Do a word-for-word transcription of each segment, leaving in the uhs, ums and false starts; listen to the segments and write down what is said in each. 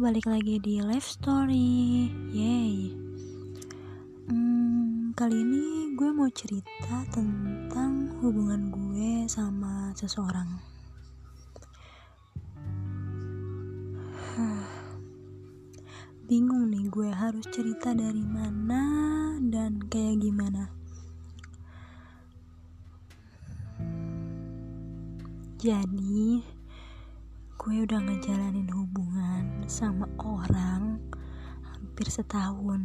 balik lagi di Life Story. Yeay. Hmm, kali ini gue mau cerita tentang hubungan gue sama seseorang. Bingung nih gue harus cerita dari mana dan kayak gimana. Jadi gue udah ngejalanin hubungan sama orang hampir setahun.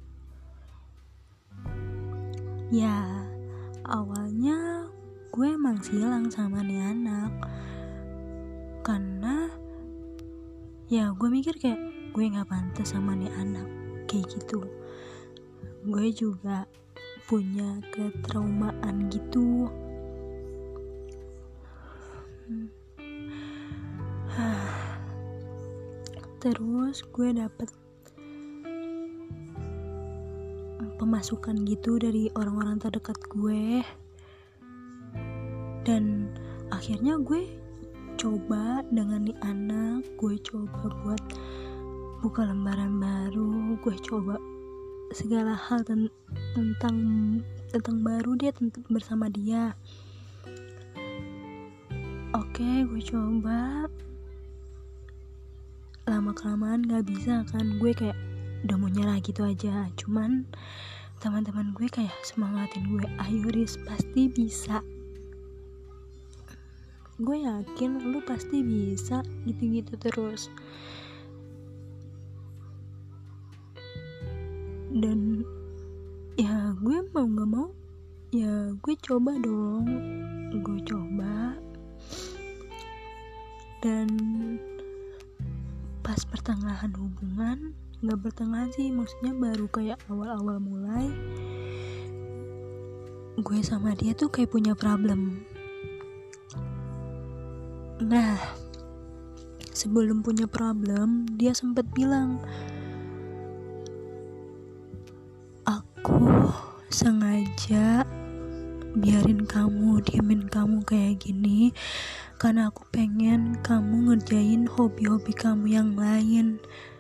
Ya, awalnya gue emang silang sama nih anak, karena ya gue mikir kayak gue gak pantas sama nih anak kayak gitu. Gue juga punya ketraumaan gitu. Terus gue dapet pemasukan gitu dari orang-orang terdekat gue, dan akhirnya gue coba dengan nih anak, gue coba buat buka lembaran baru, gue coba segala hal ten- tentang tentang baru dia tentang bersama dia. Oke, gue coba. Lama-kelamaan gak bisa kan, gue kayak udah mau nyerah gitu aja. Cuman teman-teman gue kayak semangatin gue, ayo Riz, pasti bisa, gue yakin lu pasti bisa, gitu-gitu terus. Dan ya gue mau gak mau ya gue coba dong, gue coba. Dan pas pertengahan hubungan, gak pertengahan sih, maksudnya baru kayak awal-awal mulai, gue sama dia tuh kayak punya problem. Nah, sebelum punya problem, dia sempet bilang, aku sengaja biarin kamu, diemin kamu kayak gini karena aku pengen kamu ngerjain hobi-hobi kamu yang lain,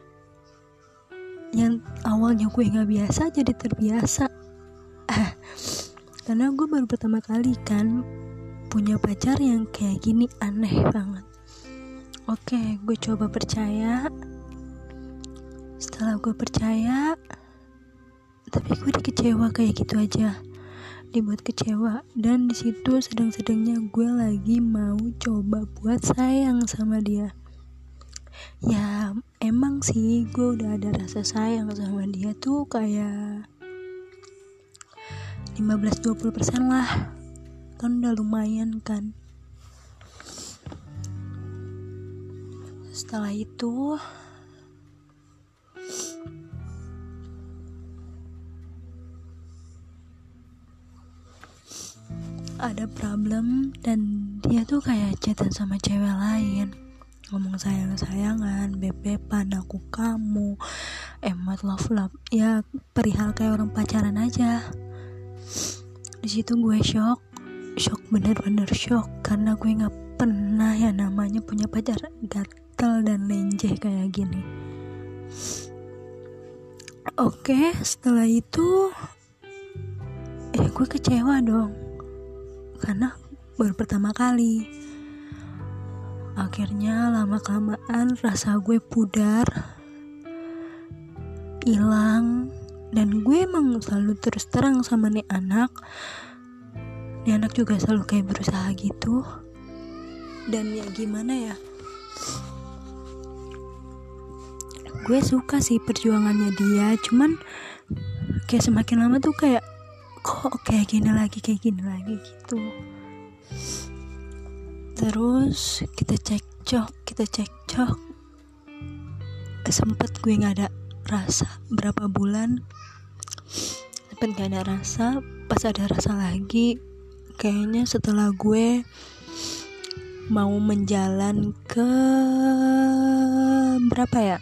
yang awalnya gue gak biasa jadi terbiasa. Karena gue baru pertama kali kan punya pacar yang kayak gini, aneh banget. Oke, gue coba percaya. Setelah gue percaya, tapi gue dikecewa kayak gitu aja, dibuat kecewa. Dan disitu sedang-sedangnya gue lagi mau coba buat sayang sama dia. Ya emang sih gue udah ada rasa sayang sama dia tuh kayak lima belas sampai dua puluh persen lah, kan udah lumayan kan. Setelah itu ada problem, dan dia tuh kayak chatan sama cewek lain, ngomong sayang-sayangan, beb-beban, aku kamu, emot love-love, ya perihal kayak orang pacaran aja. Di situ gue shock, shock bener-bener shock, karena gue nggak pernah yang namanya punya pacar gatel dan lenjeh kayak gini. Oke, setelah itu, eh gue kecewa dong, karena baru pertama kali. Akhirnya lama-kelamaan rasa gue pudar, hilang. Dan gue emang selalu terus terang sama nih anak. Nih anak juga selalu kayak berusaha gitu. Dan ya gimana ya, gue suka sih perjuangannya dia. Cuman kayak semakin lama tuh kayak kok kayak gini lagi, kayak gini lagi gitu. Terus kita cekcok, kita cekcok. Sempet gue gak ada rasa berapa bulan, sempet gak ada rasa. Pas ada rasa lagi, kayaknya setelah gue mau menjalan ke berapa ya,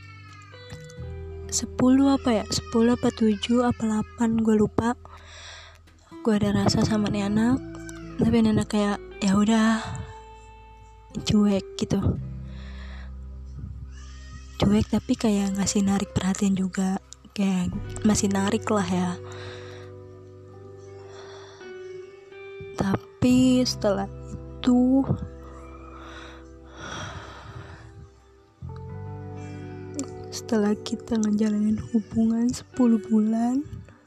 sepuluh apa ya, sepuluh apa tujuh apa delapan, gue lupa. Gue ada rasa sama nih anak, tapi nih anak kayak ya udah cuek gitu. cuek tapi kayak ngasih narik perhatian juga, kayak masih narik lah ya. Tapi setelah itu setelah kita ngejalanin hubungan sepuluh bulan,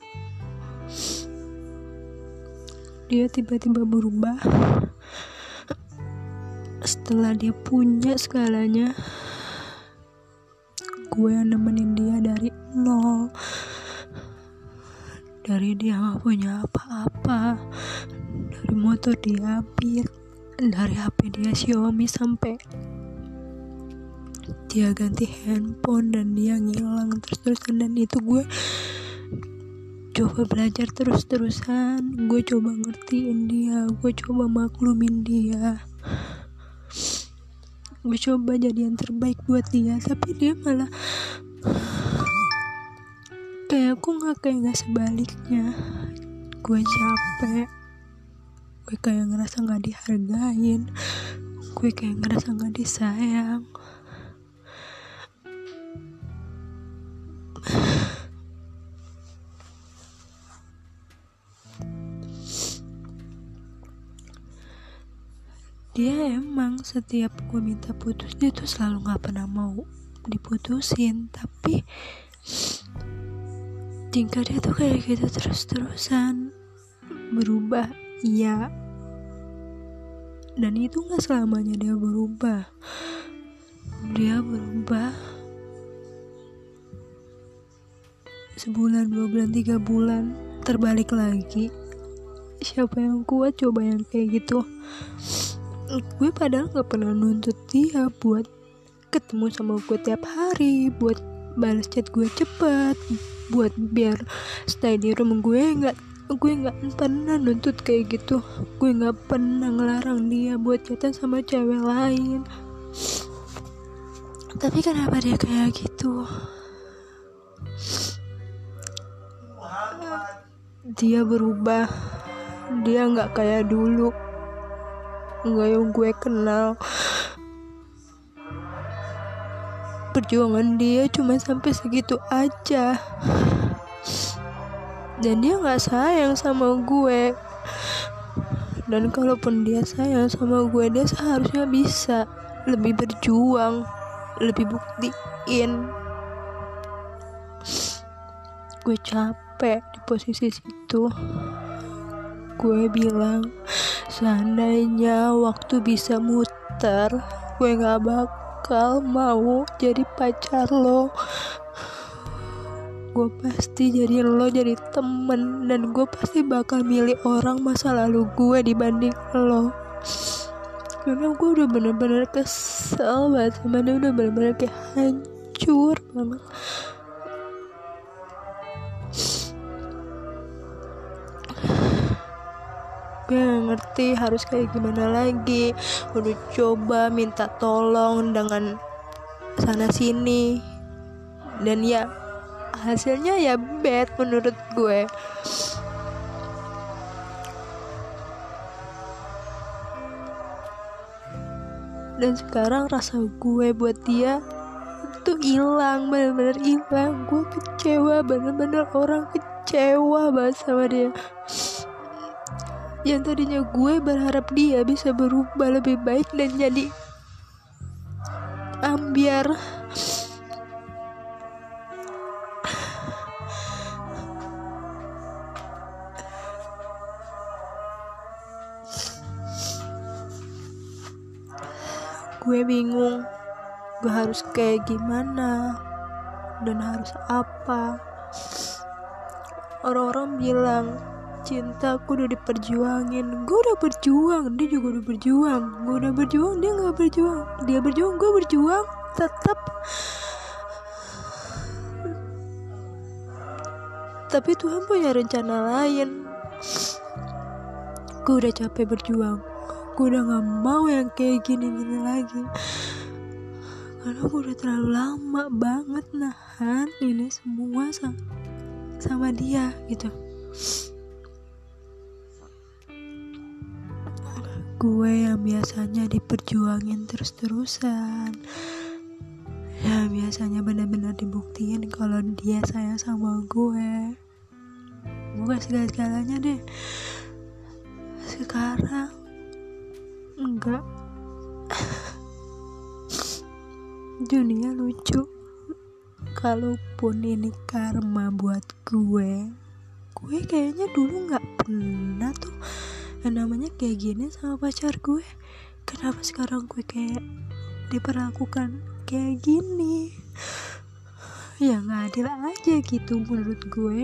dia tiba-tiba berubah. Setelah dia punya segalanya, gue yang nemenin dia dari nol, dari dia gak punya apa-apa, dari motor dia Beat, dari H P dia Xiaomi sampai dia ganti handphone dan dia ngilang terus-terusan. Dan itu gue coba belajar terus-terusan, gue coba ngertiin dia, gue coba maklumin dia, gue coba jadi yang terbaik buat dia. Tapi dia malah kayak aku gak kayak gak sebaliknya. Gue capek, gue kayak ngerasa gak dihargain, gue kayak ngerasa gak disayang. Dia emang setiap gue minta putus, dia tuh selalu gak pernah mau diputusin. Tapi tingkah dia tuh kayak gitu terus-terusan. Berubah, iya, dan itu gak selamanya dia berubah. Dia berubah sebulan, dua bulan, tiga bulan, terbalik lagi. Siapa yang kuat coba yang kayak gitu? Gue padahal gak pernah nuntut dia buat ketemu sama gue tiap hari, buat balas chat gue cepet, buat biar stay di rumah gue. Gak, gue gak pernah nuntut kayak gitu. Gue gak pernah ngelarang dia buat chatan sama cewek lain. Tapi kenapa dia kayak gitu? Dia berubah. Dia gak kayak dulu, nggak yang gue kenal. Perjuangan dia cuma sampai segitu aja, dan dia nggak sayang sama gue. Dan kalaupun dia sayang sama gue, dia seharusnya bisa lebih berjuang, lebih buktiin. Gue capek di posisi situ. Gue bilang, seandainya waktu bisa muter, gue gak bakal mau jadi pacar lo. Gue pasti jadi lo jadi temen, dan gue pasti bakal milih orang masa lalu gue dibanding lo. Karena gue udah bener-bener kesel banget sama dia, udah bener-bener kayak hancur banget. Gue gak ngerti harus kayak gimana lagi. Udah coba minta tolong dengan sana sini, dan ya hasilnya ya bad menurut gue. Dan sekarang rasa gue buat dia tuh hilang, bener-bener hilang. Gue kecewa, bener-bener orang kecewa banget sama dia. Yang tadinya gue berharap dia bisa berubah lebih baik dan jadi ambiar. Gue bingung, gue harus kayak gimana dan harus apa. Orang-orang bilang cintaku udah diperjuangin. Gue udah berjuang, dia juga udah berjuang. Gue udah berjuang, dia gak berjuang. Dia berjuang, gue berjuang. Tetap. Tapi Tuhan punya rencana lain. Gue udah capek berjuang. Gue udah gak mau yang kayak gini-gini lagi. Karena gue udah terlalu lama banget nahan ini semua sama, sama dia gitu. Gue yang biasanya diperjuangin terus-terusan, yang biasanya benar-benar dibuktiin kalau dia sayang sama gue. Gue segala-galanya deh. Sekarang enggak. Dunia lucu. Kalaupun ini karma buat gue, gue kayaknya dulu gak pernah tuh yang namanya kayak gini sama pacar gue. Kenapa sekarang gue kayak diperlakukan kayak gini? Ya gak adil aja gitu menurut gue.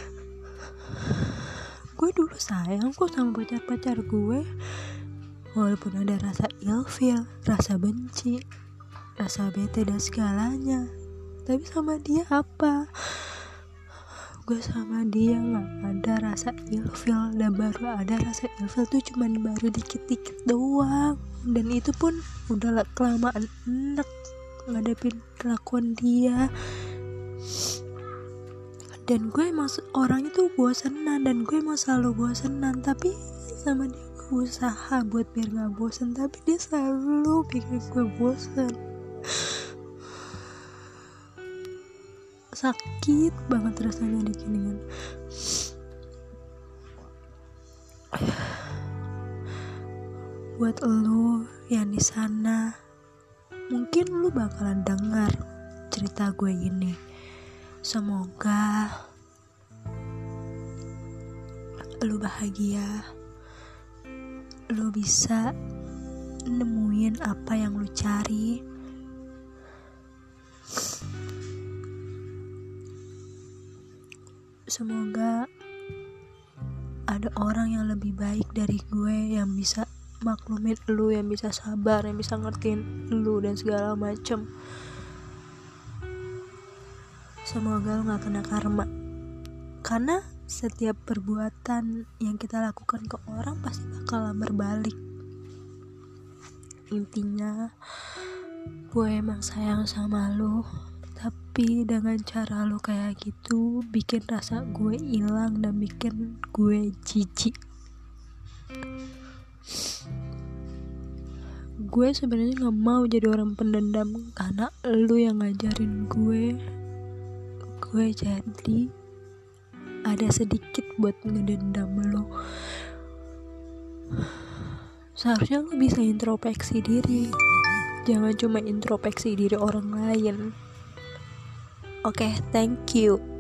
Gue dulu sayang kok sama pacar-pacar gue, walaupun ada rasa ilfil, rasa benci, rasa bete dan segalanya. Tapi sama dia apa? Gue sama dia gak ada rasa ilfil, dan baru ada rasa ilfil tuh cuman baru dikit-dikit doang. Dan itu pun udah kelamaan enak ngadepin kelakuan dia. Dan gue emang orang itu bosenan, dan gue emang selalu bosenan. Tapi sama dia gue usaha buat biar gak bosen, tapi dia selalu bikin gue bosen. Sakit banget rasanya diginiin. Buat lo yang di sana, mungkin lo bakalan dengar cerita gue ini. Semoga lo bahagia, lo bisa nemuin apa yang lo cari. Semoga ada orang yang lebih baik dari gue yang bisa maklumin lu, yang bisa sabar, yang bisa ngertiin lu dan segala macem. Semoga lu gak kena karma, karena setiap perbuatan yang kita lakukan ke orang pasti bakalan berbalik. Intinya gue emang sayang sama lu, tapi dengan cara lu kayak gitu bikin rasa gue hilang dan bikin gue jijik. Gue sebenarnya nggak mau jadi orang pendendam, karena lu yang ngajarin gue. Gue jadi ada sedikit buat ngedendam lu. Seharusnya lu bisa introspeksi diri, jangan cuma introspeksi diri orang lain. Oke, okay, thank you.